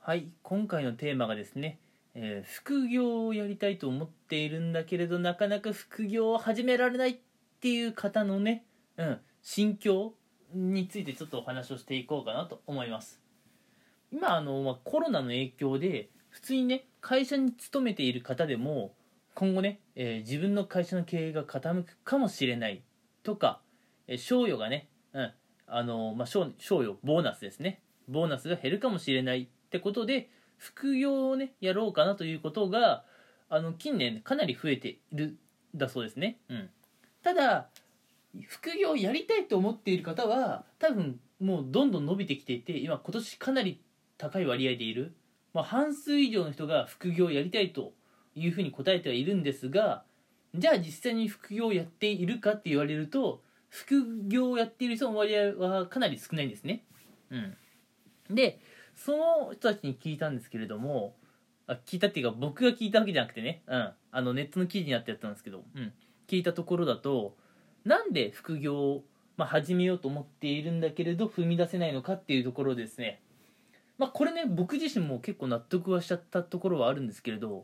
はい、今回のテーマがですね、副業をやりたいと思っているんだけれどなかなか副業を始められないっていう方のね、心境についてちょっとお話をしていこうかなと思います。今コロナの影響で普通にね会社に勤めている方でも今後ね、自分の会社の経営が傾くかもしれないとか、賞与がね、賞与ボーナスですね、ボーナスが減るかもしれないってことで副業をねやろうかなということが近年かなり増えているんだそうですね。ただ副業をやりたいと思っている方は多分もうどんどん伸びてきていて、今年かなり高い割合でいる、半数以上の人が副業をやりたいというふうに答えてはいるんですが、じゃあ実際に副業をやっているかって言われると副業をやっている人の割合はかなり少ないんですね。でその人たちに聞いたんですけれども、聞いたっていうか僕が聞いたわけじゃなくてね、ネットの記事にあったやつなんですけど、聞いたところだと、なんで副業を、始めようと思っているんだけれど踏み出せないのかっていうところですね。これね僕自身も結構納得はしちゃったところはあるんですけれど、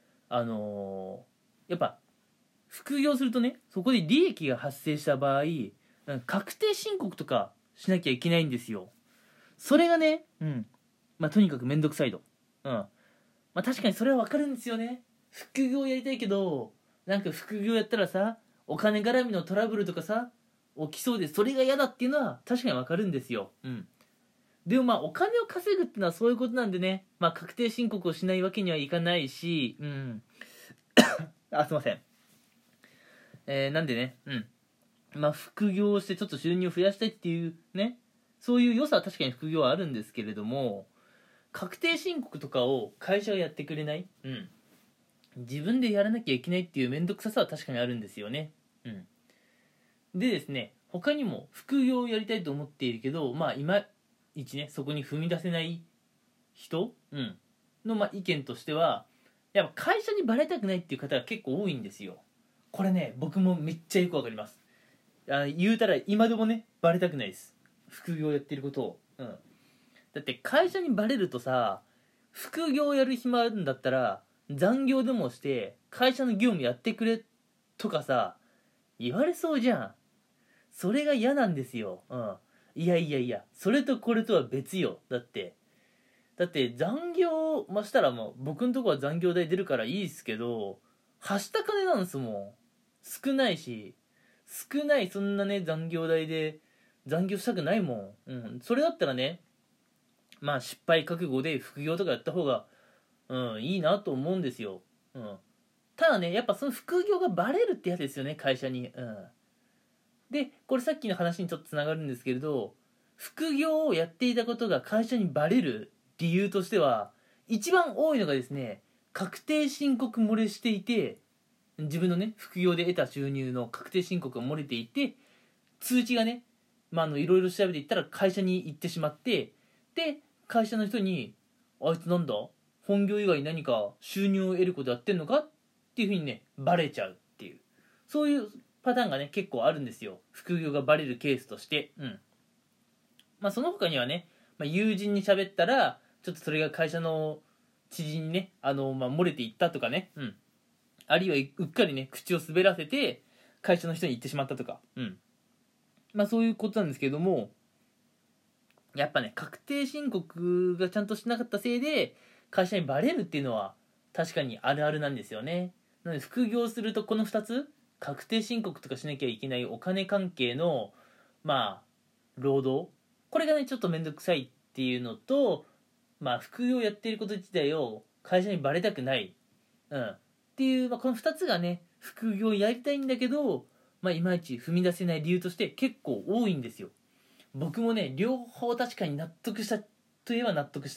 やっぱ副業するとねそこで利益が発生した場合、確定申告とかしなきゃいけないんですよ。それがね、とにかくめんどくさいと。確かにそれはわかるんですよね。副業やりたいけどなんか副業やったらさお金絡みのトラブルとかさ起きそうで、それが嫌だっていうのは確かにわかるんですよ。でもお金を稼ぐってのはそういうことなんでね、確定申告をしないわけにはいかないし、すいません。なんでね、副業をしてちょっと収入を増やしたいっていうね、そういう良さは確かに副業はあるんですけれども、確定申告とかを会社がやってくれない、自分でやらなきゃいけないっていう面倒くささは確かにあるんですよね。でですね、他にも副業をやりたいと思っているけど、いまいちねそこに踏み出せない人、の意見としては、やっぱ会社にバレたくないっていう方が結構多いんですよ。これね僕もめっちゃよくわかります。言うたら今でもねバレたくないです、副業やってることを。だって会社にバレるとさ、副業やる暇あるんだったら残業でもして会社の業務やってくれとかさ言われそうじゃん。それが嫌なんですよ。いやいやいや、それとこれとは別よ。だって残業したらもう僕のとこは残業代出るからいいですけど、発した金なんですもん。少ないし、少ないそんなね残業代で残業したくないもん。それだったらね、失敗覚悟で副業とかやった方がいいなと思うんですよ。ただねやっぱその副業がバレるってやつですよね、会社に。でこれさっきの話にちょっとつながるんですけれど、副業をやっていたことが会社にバレる理由としては一番多いのがですね、確定申告漏れしていて、自分のね副業で得た収入の確定申告が漏れていて、通知がねいろいろ調べていったら会社に行ってしまって、で会社の人にあいつなんだ本業以外に何か収入を得ることやってんのかっていうふうにねバレちゃうっていう、そういうパターンがね結構あるんですよ、副業がバレるケースとして。その他にはね、友人に喋ったらちょっとそれが会社の知人にね漏れていったとかね、あるいはうっかりね口を滑らせて会社の人に言ってしまったとか、そういうことなんですけれども、やっぱね確定申告がちゃんとしなかったせいで会社にバレるっていうのは確かにあるあるなんですよね。なので副業するとこの2つ、確定申告とかしなきゃいけないお金関係の労働、これがねちょっと面倒くさいっていうのと、副業やっていること自体を会社にバレたくない、っていう、この2つがね副業やりたいんだけど、いまいち踏み出せない理由として結構多いんですよ。僕もね両方確かに納得したといえば納得した。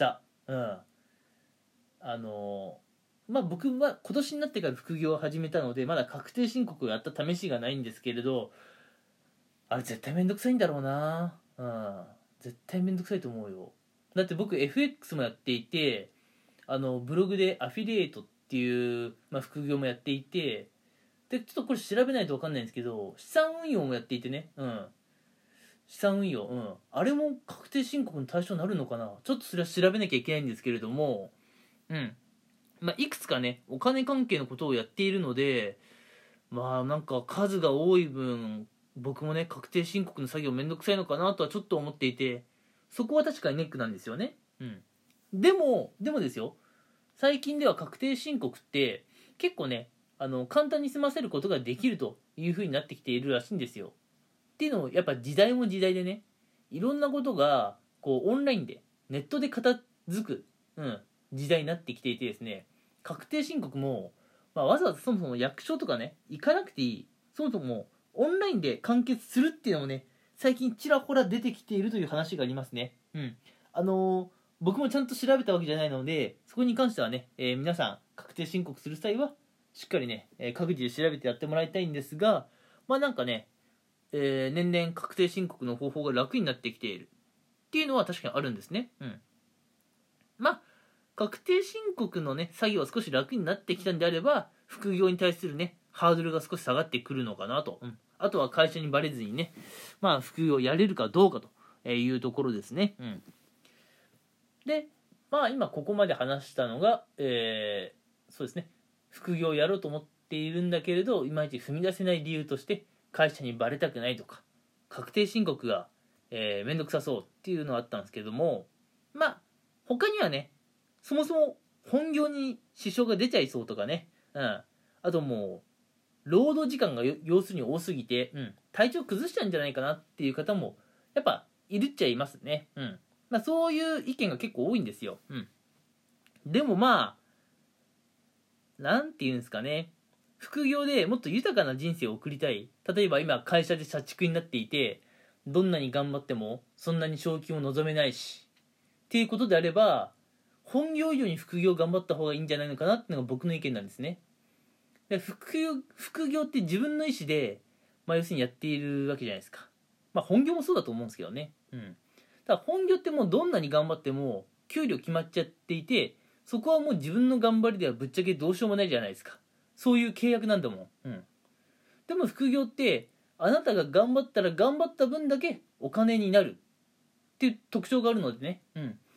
僕は今年になってから副業を始めたのでまだ確定申告をやった試しがないんですけれど、あれ絶対めんどくさいんだろうな。絶対めんどくさいと思うよ。だって僕 FX もやっていて、ブログでアフィリエイトっていう、副業もやっていて、でちょっとこれ調べないと分かんないんですけど資産運用もやっていてね、 資産運用、あれも確定申告の対象になるのかな。ちょっとそれは調べなきゃいけないんですけれども、いくつかねお金関係のことをやっているので、なんか数が多い分僕もね確定申告の作業めんどくさいのかなとはちょっと思っていて、そこは確かにネックなんですよね。でもですよ、最近では確定申告って結構ね簡単に済ませることができるという風になってきているらしいんですよ。っていうのもやっぱ時代も時代でね、いろんなことがこうオンラインでネットで片付く、時代になってきていてですね、確定申告も、わざわざそもそも役所とかね行かなくていい、そもそもオンラインで完結するっていうのもね最近ちらほら出てきているという話がありますね。僕もちゃんと調べたわけじゃないので、そこに関してはね、皆さん確定申告する際はしっかりね、各自で調べてやってもらいたいんですが、なんかね、年々確定申告の方法が楽になってきているっていうのは確かにあるんですね。確定申告のね作業は少し楽になってきたんであれば、副業に対するねハードルが少し下がってくるのかなと、あとは会社にバレずにね、副業やれるかどうかというところですね。で今ここまで話したのが、そうですね、副業をやろうと思っているんだけれどいまいち踏み出せない理由として、会社にバレたくないとか確定申告が、めんどくさそうっていうのはあったんですけども、他にはね、そもそも本業に支障が出ちゃいそうとかね、あともう労働時間が要するに多すぎて、体調崩しちゃうんじゃないかなっていう方もやっぱいるっちゃいますね。そういう意見が結構多いんですよ。でもなんていうんですかね、副業でもっと豊かな人生を送りたい、例えば今会社で社畜になっていてどんなに頑張ってもそんなに昇給を望めないしっていうことであれば、本業以上に副業頑張った方がいいんじゃないのかなっていうのが僕の意見なんですね。で副業って自分の意思で、要するにやっているわけじゃないですか。本業もそうだと思うんですけどね。ただ本業ってもうどんなに頑張っても給料決まっちゃっていて、そこはもう自分の頑張りではぶっちゃけどうしようもないじゃないですか。そういう契約なんだもん。でも副業ってあなたが頑張ったら頑張った分だけお金になるっていう特徴があるのでね。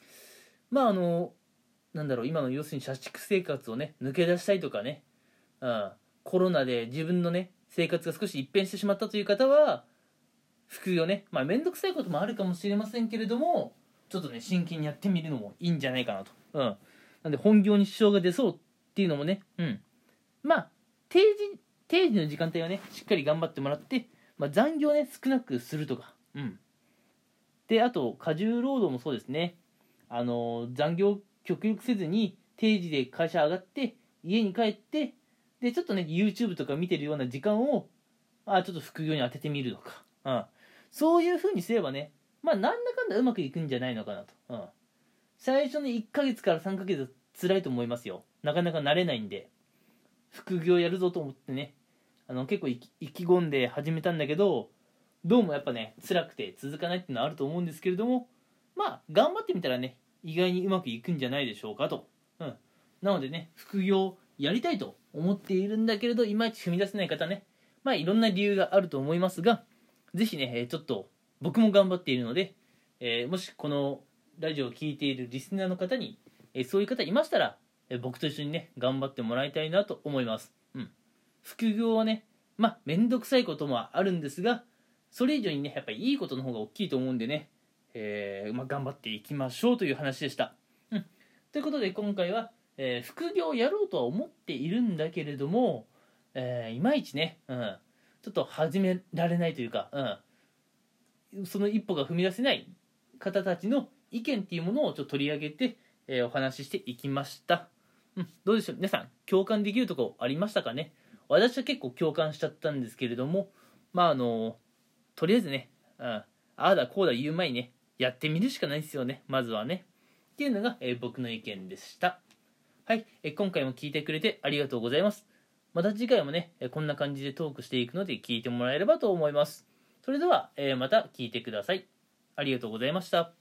なんだろう、今の要するに社畜生活をね抜け出したいとかね、コロナで自分のね生活が少し一変してしまったという方は副業ね、面倒くさいこともあるかもしれませんけれども、ちょっとね真剣にやってみるのもいいんじゃないかなと。なんで本業に支障が出そうっていうのもね、定時の時間帯はねしっかり頑張ってもらって、残業ね少なくするとか、であと過重労働もそうですね。残業極力せずに定時で会社上がって家に帰って、でちょっとね YouTube とか見てるような時間をちょっと副業に当ててみるとか、そういう風にすればね、なんだかんだうまくいくんじゃないのかなと。最初の1ヶ月から3ヶ月辛いと思いますよ。なかなか慣れないんで、副業やるぞと思ってね、結構意気込んで始めたんだけど、どうもやっぱね辛くて続かないっていうのはあると思うんですけれども、頑張ってみたらね意外にうまくいくんじゃないでしょうかと。なのでね、副業やりたいと思っているんだけれどいまいち踏み出せない方ね、いろんな理由があると思いますが、ぜひねちょっと僕も頑張っているので、もしこのラジオを聴いているリスナーの方に、そういう方いましたら、僕と一緒にね頑張ってもらいたいなと思います。副業はねめんどくさいこともあるんですが、それ以上にねやっぱりいいことの方が大きいと思うんでね、頑張っていきましょうという話でした。ということで今回は、副業をやろうとは思っているんだけれども、いまいちね、ちょっと始められないというか、その一歩が踏み出せない方たちの意見っていうものをちょっと取り上げて、お話ししていきました。どうでしょう皆さん、共感できるところありましたかね。私は結構共感しちゃったんですけれども、とりあえずね、ああだこうだ言う前にねやってみるしかないですよね、まずはねっていうのが、僕の意見でした。はい、今回も聞いてくれてありがとうございます。また次回もねこんな感じでトークしていくので聞いてもらえればと思います。それでは、また聞いてください。ありがとうございました。